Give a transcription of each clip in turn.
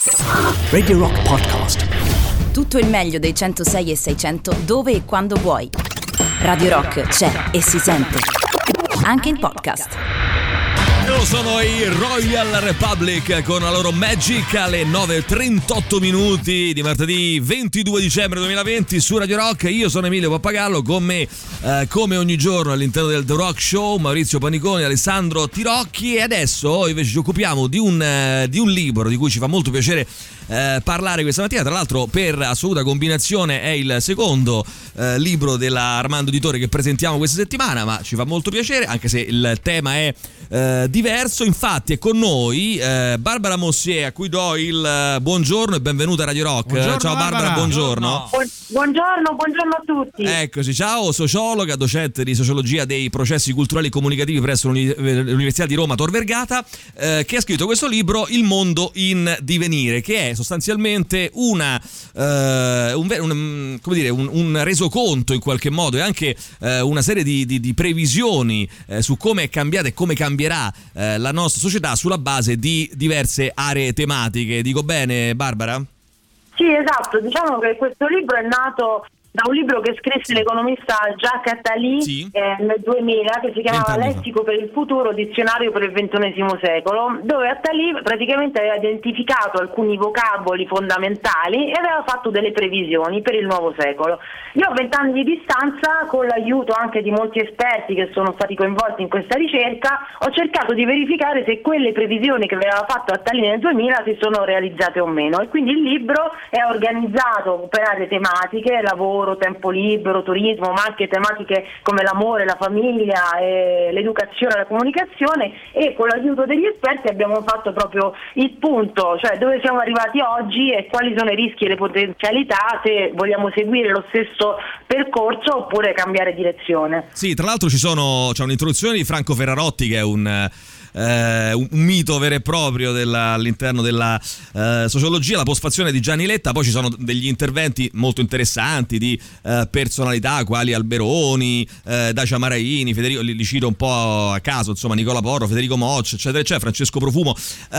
Radio Rock Podcast. Tutto il meglio dei 106 e 600 dove e quando vuoi. Radio Rock c'è e si sente anche in podcast. Loro sono i Royal Republic con la loro Magic alle 9:38 minuti di martedì 22 dicembre 2020 su Radio Rock. Io sono Emilio Pappagallo, con me come ogni giorno all'interno del The Rock Show Maurizio Paniconi, Alessandro Tirocchi, e adesso invece ci occupiamo di un libro di cui ci fa molto piacere parlare questa mattina. Tra l'altro, per assoluta combinazione, è il secondo libro della Armando Editore che presentiamo questa settimana, ma ci fa molto piacere anche se il tema è diverso. Infatti è con noi Barbara Mossier, a cui do il buongiorno e benvenuta a Radio Rock. Buongiorno, ciao Barbara, buongiorno. Buongiorno a tutti. Eccoci, ciao, sociologa, docente di sociologia dei processi culturali e comunicativi presso l'Università di Roma Tor Vergata, che ha scritto questo libro Il mondo in divenire, che è sostanzialmente un resoconto in qualche modo e anche una serie di previsioni su come è cambiata e come cambierà la nostra società sulla base di diverse aree tematiche. Dico bene, Barbara? Sì, esatto, diciamo che questo libro è nato da un libro che scrisse l'economista Jacques Attali nel 2000, che si chiamava Lessico per il futuro, dizionario per il XXI secolo, dove Attali praticamente aveva identificato alcuni vocaboli fondamentali e aveva fatto delle previsioni per il nuovo secolo. Io ho 20 anni di distanza, con l'aiuto anche di molti esperti che sono stati coinvolti in questa ricerca, ho cercato di verificare se quelle previsioni che aveva fatto Attali nel 2000 si sono realizzate o meno, e quindi il libro è organizzato per aree tematiche: lavoro, tempo libero, turismo, ma anche tematiche come l'amore, la famiglia, l'educazione, la comunicazione, e con l'aiuto degli esperti abbiamo fatto proprio il punto, cioè dove siamo arrivati oggi e quali sono i rischi e le potenzialità, se vogliamo seguire lo stesso percorso oppure cambiare direzione. Sì, tra l'altro c'è un'introduzione di Franco Ferrarotti, che è un mito vero e proprio all'interno della sociologia, la postfazione di Gianni Letta. Poi ci sono degli interventi molto interessanti di personalità quali Alberoni, Dacia Maraini, Federico, li cito un po' a caso, insomma, Nicola Porro, Federico Moccia, eccetera eccetera, Francesco Profumo,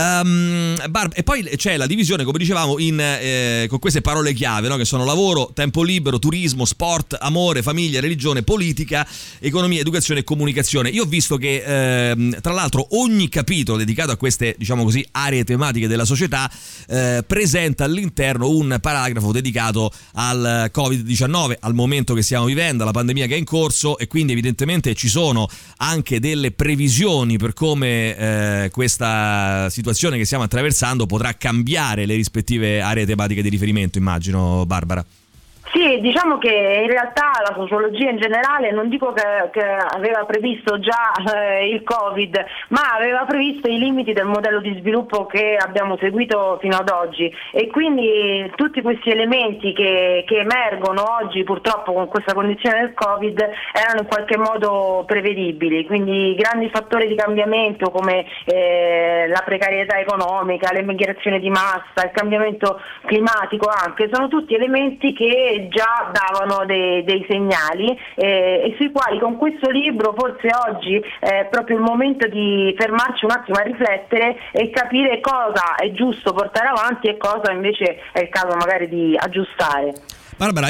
e poi c'è la divisione, come dicevamo, con queste parole chiave, no? Che sono lavoro, tempo libero, turismo, sport, amore, famiglia, religione, politica, economia, educazione e comunicazione. Io ho visto che tra l'altro ogni capitolo dedicato a queste, diciamo così, aree tematiche della società presenta all'interno un paragrafo dedicato al Covid-19, al momento che stiamo vivendo, alla pandemia che è in corso, e quindi evidentemente ci sono anche delle previsioni per come questa situazione che stiamo attraversando potrà cambiare le rispettive aree tematiche di riferimento, immagino, Barbara. Sì, diciamo che in realtà la sociologia in generale, non dico che aveva previsto già il Covid, ma aveva previsto i limiti del modello di sviluppo che abbiamo seguito fino ad oggi, e quindi tutti questi elementi che emergono oggi purtroppo con questa condizione del Covid erano in qualche modo prevedibili. Quindi grandi fattori di cambiamento come la precarietà economica, l'emigrazione di massa, il cambiamento climatico anche, sono tutti elementi che già davano dei segnali e sui quali con questo libro forse oggi è proprio il momento di fermarci un attimo a riflettere e capire cosa è giusto portare avanti e cosa invece è il caso magari di aggiustare. Barbara,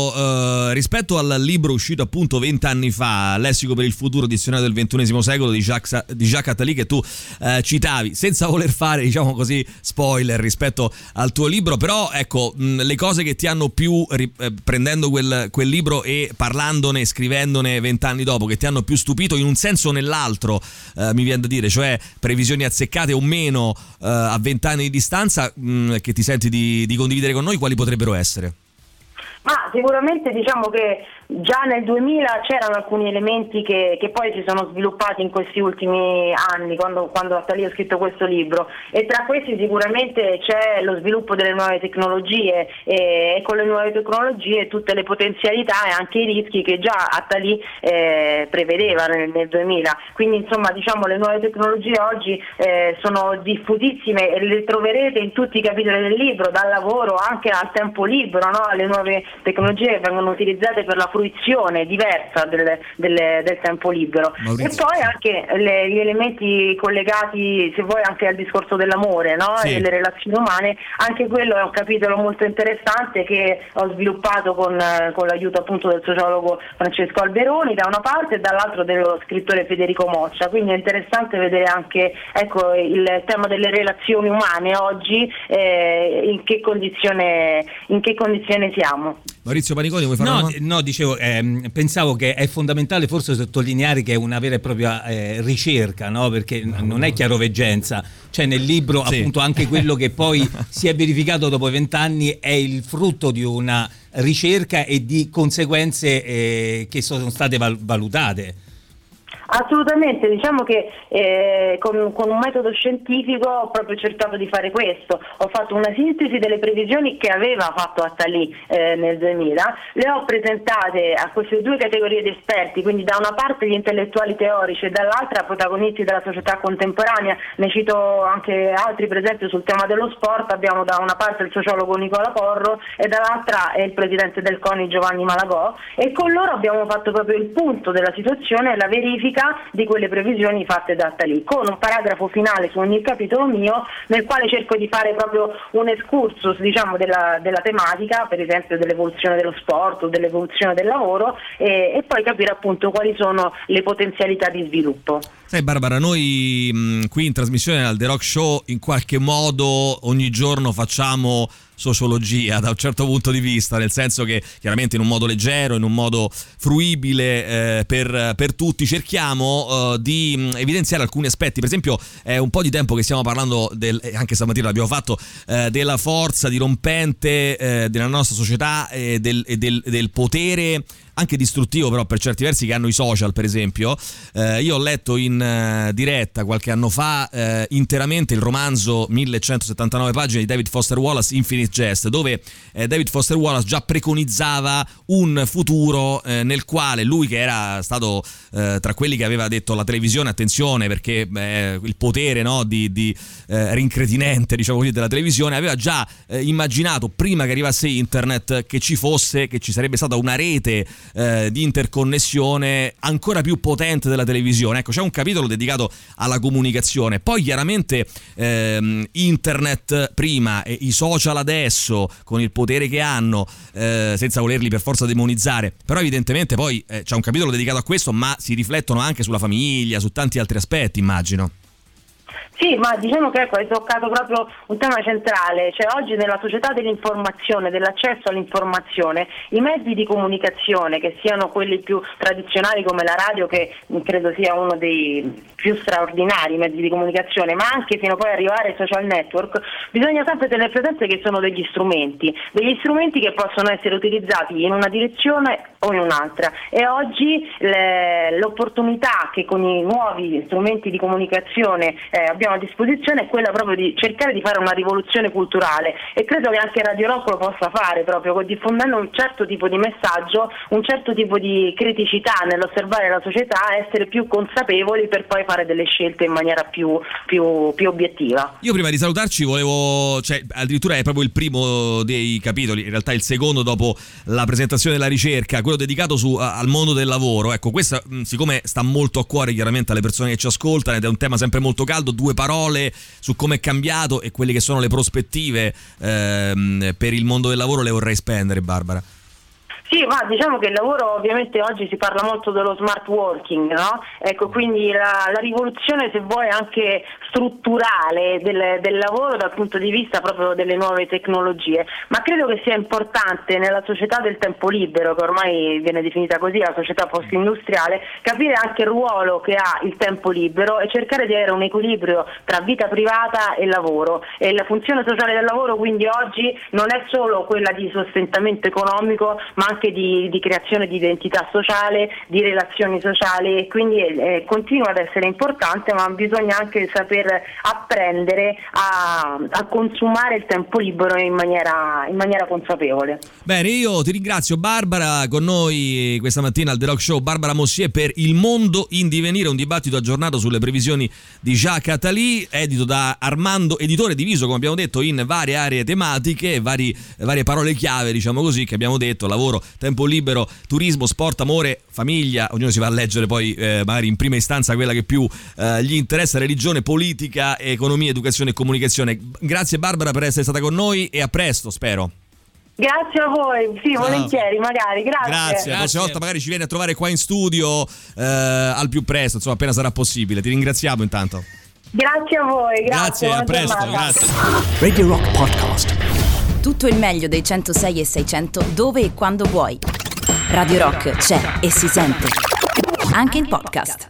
io rispetto al libro uscito appunto 20 anni fa, Lessico per il futuro, dizionario del XXI secolo di Jacques Attali, che tu citavi, senza voler fare, diciamo così, spoiler rispetto al tuo libro, però ecco, le cose che ti hanno più, prendendo quel libro e parlandone, scrivendone 20 anni dopo, che ti hanno più stupito in un senso o nell'altro, mi viene da dire, cioè previsioni azzeccate o meno a 20 anni di distanza, che ti senti di condividere con noi, quali potrebbero essere? Ma sicuramente diciamo che già nel 2000 c'erano alcuni elementi che poi si sono sviluppati in questi ultimi anni, quando Attali ha scritto questo libro, e tra questi sicuramente c'è lo sviluppo delle nuove tecnologie e con le nuove tecnologie tutte le potenzialità e anche i rischi che già Attali prevedeva nel 2000. Quindi insomma, diciamo, le nuove tecnologie oggi sono diffusissime e le troverete in tutti i capitoli del libro, dal lavoro anche al tempo libero, no? Alle nuove tecnologie tecnologie che vengono utilizzate per la fruizione diversa del tempo libero. Maurizio, e poi anche gli elementi collegati, se vuoi, anche al discorso dell'amore, no? Sì. E delle relazioni umane. Anche quello è un capitolo molto interessante che ho sviluppato con l'aiuto appunto del sociologo Francesco Alberoni da una parte, e dall'altro dello scrittore Federico Moccia. Quindi è interessante vedere anche, ecco, il tema delle relazioni umane oggi, in che condizione siamo. Maurizio Paniconi, vuoi fare No, dicevo, pensavo che è fondamentale forse sottolineare che è una vera e propria ricerca, no? Perché non è chiaroveggenza. Cioè nel libro appunto anche quello che poi si è verificato dopo 20 anni è il frutto di una ricerca e di conseguenze che sono state valutate. Assolutamente, diciamo che con un metodo scientifico ho proprio cercato di fare questo. Ho fatto una sintesi delle previsioni che aveva fatto Attali nel 2000, le ho presentate a queste due categorie di esperti, quindi da una parte gli intellettuali teorici e dall'altra protagonisti della società contemporanea. Ne cito anche altri, per esempio sul tema dello sport abbiamo da una parte il sociologo Nicola Porro e dall'altra il presidente del CONI Giovanni Malagò, e con loro abbiamo fatto proprio il punto della situazione e la verifica di quelle previsioni fatte da Attali, con un paragrafo finale su ogni capitolo mio nel quale cerco di fare proprio un excursus, diciamo, della tematica, per esempio dell'evoluzione dello sport o dell'evoluzione del lavoro, e poi capire appunto quali sono le potenzialità di sviluppo. Sai Barbara, noi qui in trasmissione al The Rock Show in qualche modo ogni giorno facciamo sociologia da un certo punto di vista, nel senso che chiaramente in un modo leggero, in un modo fruibile per tutti, cerchiamo di evidenziare alcuni aspetti. Per esempio è un po' di tempo che stiamo parlando anche stamattina l'abbiamo fatto, della forza dirompente della nostra società e del potere anche distruttivo però per certi versi che hanno i social, per esempio. Io ho letto in diretta qualche anno fa interamente il romanzo 1179 pagine di David Foster Wallace, Infinite Jest, dove David Foster Wallace già preconizzava un futuro nel quale lui, che era stato tra quelli che aveva detto alla televisione attenzione perché il potere, no, di rincretinente, diciamo così, della televisione, aveva già immaginato prima che arrivasse internet che ci sarebbe stata una rete di interconnessione ancora più potente della televisione. Ecco, c'è un capitolo dedicato alla comunicazione. Poi chiaramente internet prima e i social adesso, con il potere che hanno, senza volerli per forza demonizzare, però evidentemente poi c'è un capitolo dedicato a questo, ma si riflettono anche sulla famiglia, su tanti altri aspetti, immagino. Sì, ma diciamo che hai toccato proprio un tema centrale, cioè oggi nella società dell'informazione, dell'accesso all'informazione, i mezzi di comunicazione, che siano quelli più tradizionali come la radio, che credo sia uno dei più straordinari mezzi di comunicazione, ma anche fino poi ad arrivare ai social network, bisogna sempre tenere presente che sono degli strumenti che possono essere utilizzati in una direzione o in un'altra, e oggi l'opportunità che con i nuovi strumenti di comunicazione abbiamo a disposizione è quella proprio di cercare di fare una rivoluzione culturale, e credo che anche Radio Rock lo possa fare, proprio diffondendo un certo tipo di messaggio, un certo tipo di criticità nell'osservare la società, essere più consapevoli per poi fare delle scelte in maniera più obiettiva. Io prima di salutarci addirittura è proprio il primo dei capitoli, in realtà il secondo dopo la presentazione della ricerca, quello dedicato al mondo del lavoro. Ecco, questa siccome sta molto a cuore chiaramente alle persone che ci ascoltano ed è un tema sempre molto caldo, due parole su come è cambiato e quelle che sono le prospettive per il mondo del lavoro le vorrei spendere, Barbara. Sì, ma diciamo che il lavoro, ovviamente oggi si parla molto dello smart working, no? Ecco, quindi la rivoluzione, se vuoi, anche strutturale del lavoro dal punto di vista proprio delle nuove tecnologie, ma credo che sia importante nella società del tempo libero, che ormai viene definita così, la società post-industriale, capire anche il ruolo che ha il tempo libero e cercare di avere un equilibrio tra vita privata e lavoro. E la funzione sociale del lavoro quindi oggi non è solo quella di sostentamento economico, ma anche di creazione di identità sociale, di relazioni sociali, e quindi continua ad essere importante, ma bisogna anche sapere poter apprendere a consumare il tempo libero in maniera consapevole. Bene, io ti ringrazio Barbara, con noi questa mattina al The Rock Show Barbara Mossier per Il mondo in divenire, un dibattito aggiornato sulle previsioni di Jacques Attali, edito da Armando, editore diviso come abbiamo detto in varie aree tematiche, varie parole chiave, diciamo così, che abbiamo detto: lavoro, tempo libero, turismo, sport, amore, famiglia. Ognuno si va a leggere poi magari in prima istanza quella che più gli interessa: religione, politica, economia, educazione e comunicazione. Grazie Barbara per essere stata con noi e a presto, spero. Grazie a voi, sì, volentieri, magari, grazie. La prossima volta magari ci viene a trovare qua in studio al più presto, insomma, appena sarà possibile. Ti ringraziamo intanto. Grazie a voi, grazie, a presto, grazie. Radio Rock Podcast. Tutto il meglio dei 106 e 600 dove e quando vuoi. Radio Rock c'è e si sente. Anche in podcast.